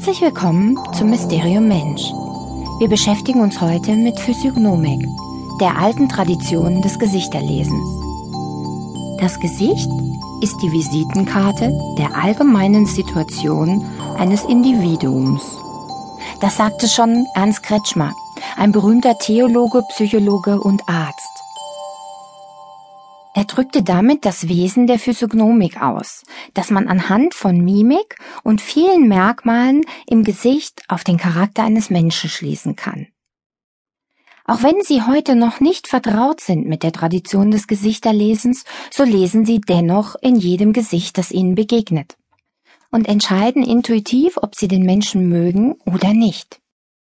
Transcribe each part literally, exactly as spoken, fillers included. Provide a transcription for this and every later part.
Herzlich willkommen zum Mysterium Mensch. Wir beschäftigen uns heute mit Physiognomik, der alten Tradition des Gesichterlesens. Das Gesicht ist die Visitenkarte der allgemeinen Situation eines Individuums. Das sagte schon Ernst Kretschmer, ein berühmter Theologe, Psychologe und Arzt. Er drückte damit das Wesen der Physiognomik aus, dass man anhand von Mimik und vielen Merkmalen im Gesicht auf den Charakter eines Menschen schließen kann. Auch wenn Sie heute noch nicht vertraut sind mit der Tradition des Gesichterlesens, so lesen Sie dennoch in jedem Gesicht, das Ihnen begegnet, und entscheiden intuitiv, ob Sie den Menschen mögen oder nicht.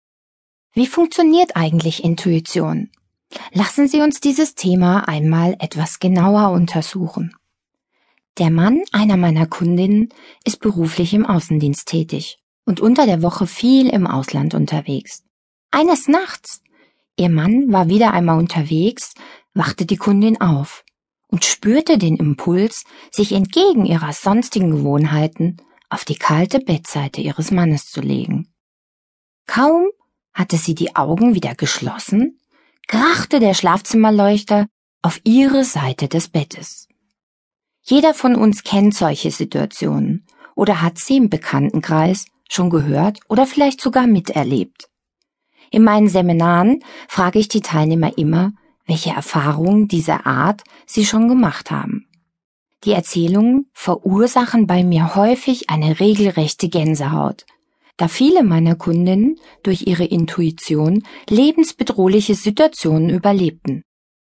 Wie funktioniert eigentlich Intuition? Lassen Sie uns dieses Thema einmal etwas genauer untersuchen. Der Mann einer meiner Kundinnen ist beruflich im Außendienst tätig und unter der Woche viel im Ausland unterwegs. Eines Nachts, ihr Mann war wieder einmal unterwegs, wachte die Kundin auf und spürte den Impuls, sich entgegen ihrer sonstigen Gewohnheiten auf die kalte Bettseite ihres Mannes zu legen. Kaum hatte sie die Augen wieder geschlossen, krachte der Schlafzimmerleuchter auf ihre Seite des Bettes. Jeder von uns kennt solche Situationen oder hat sie im Bekanntenkreis schon gehört oder vielleicht sogar miterlebt. In meinen Seminaren frage ich die Teilnehmer immer, welche Erfahrungen dieser Art sie schon gemacht haben. Die Erzählungen verursachen bei mir häufig eine regelrechte Gänsehaut, da viele meiner Kundinnen durch ihre Intuition lebensbedrohliche Situationen überlebten.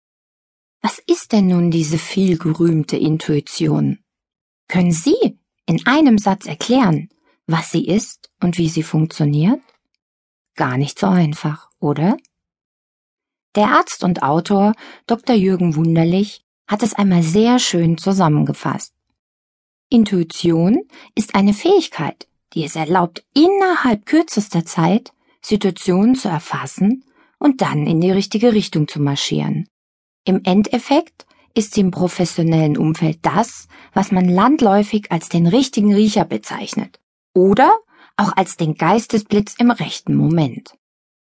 Was ist denn nun diese vielgerühmte Intuition? Können Sie in einem Satz erklären, was sie ist und wie sie funktioniert? Gar nicht so einfach, oder? Der Arzt und Autor Doktor Jürgen Wunderlich hat es einmal sehr schön zusammengefasst. Intuition ist eine Fähigkeit, die es erlaubt, innerhalb kürzester Zeit Situationen zu erfassen und dann in die richtige Richtung zu marschieren. Im Endeffekt ist sie im professionellen Umfeld das, was man landläufig als den richtigen Riecher bezeichnet oder auch als den Geistesblitz im rechten Moment.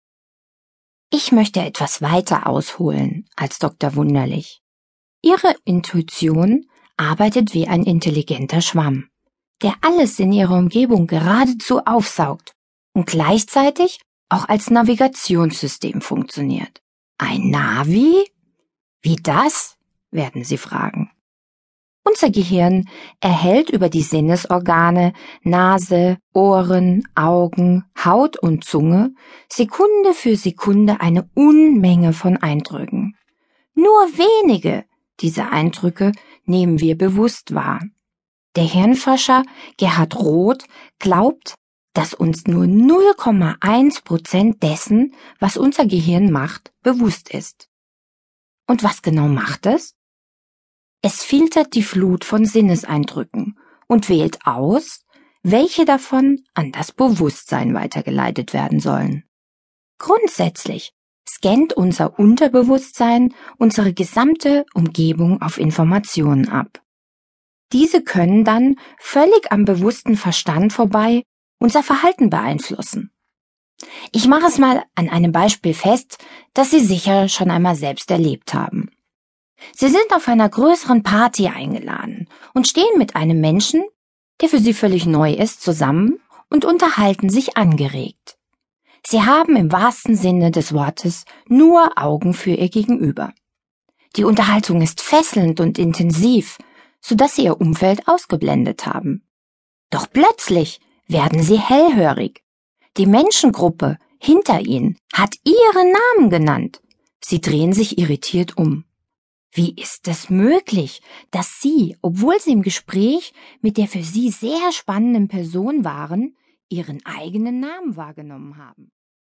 Ich möchte etwas weiter ausholen als Doktor Wunderlich. Ihre Intuition arbeitet wie ein intelligenter Schwamm, der alles in ihrer Umgebung geradezu aufsaugt und gleichzeitig auch als Navigationssystem funktioniert. Ein Navi? Wie das? Werden Sie fragen. Unser Gehirn erhält über die Sinnesorgane Nase, Ohren, Augen, Haut und Zunge Sekunde für Sekunde eine Unmenge von Eindrücken. Nur wenige dieser Eindrücke nehmen wir bewusst wahr. Der Hirnforscher Gerhard Roth glaubt, dass uns nur null Komma eins Prozent dessen, was unser Gehirn macht, bewusst ist. Und was genau macht es? Es filtert die Flut von Sinneseindrücken und wählt aus, welche davon an das Bewusstsein weitergeleitet werden sollen. Grundsätzlich scannt unser Unterbewusstsein unsere gesamte Umgebung auf Informationen ab. Diese können dann völlig am bewussten Verstand vorbei unser Verhalten beeinflussen. Ich mache es mal an einem Beispiel fest, das Sie sicher schon einmal selbst erlebt haben. Sie sind auf einer größeren Party eingeladen und stehen mit einem Menschen, der für Sie völlig neu ist, zusammen und unterhalten sich angeregt. Sie haben im wahrsten Sinne des Wortes nur Augen für Ihr Gegenüber. Die Unterhaltung ist fesselnd und intensiv, sodass sie ihr Umfeld ausgeblendet haben. Doch plötzlich werden sie hellhörig. Die Menschengruppe hinter ihnen hat ihren Namen genannt. Sie drehen sich irritiert um. Wie ist es möglich, dass sie, obwohl sie im Gespräch mit der für sie sehr spannenden Person waren, ihren eigenen Namen wahrgenommen haben?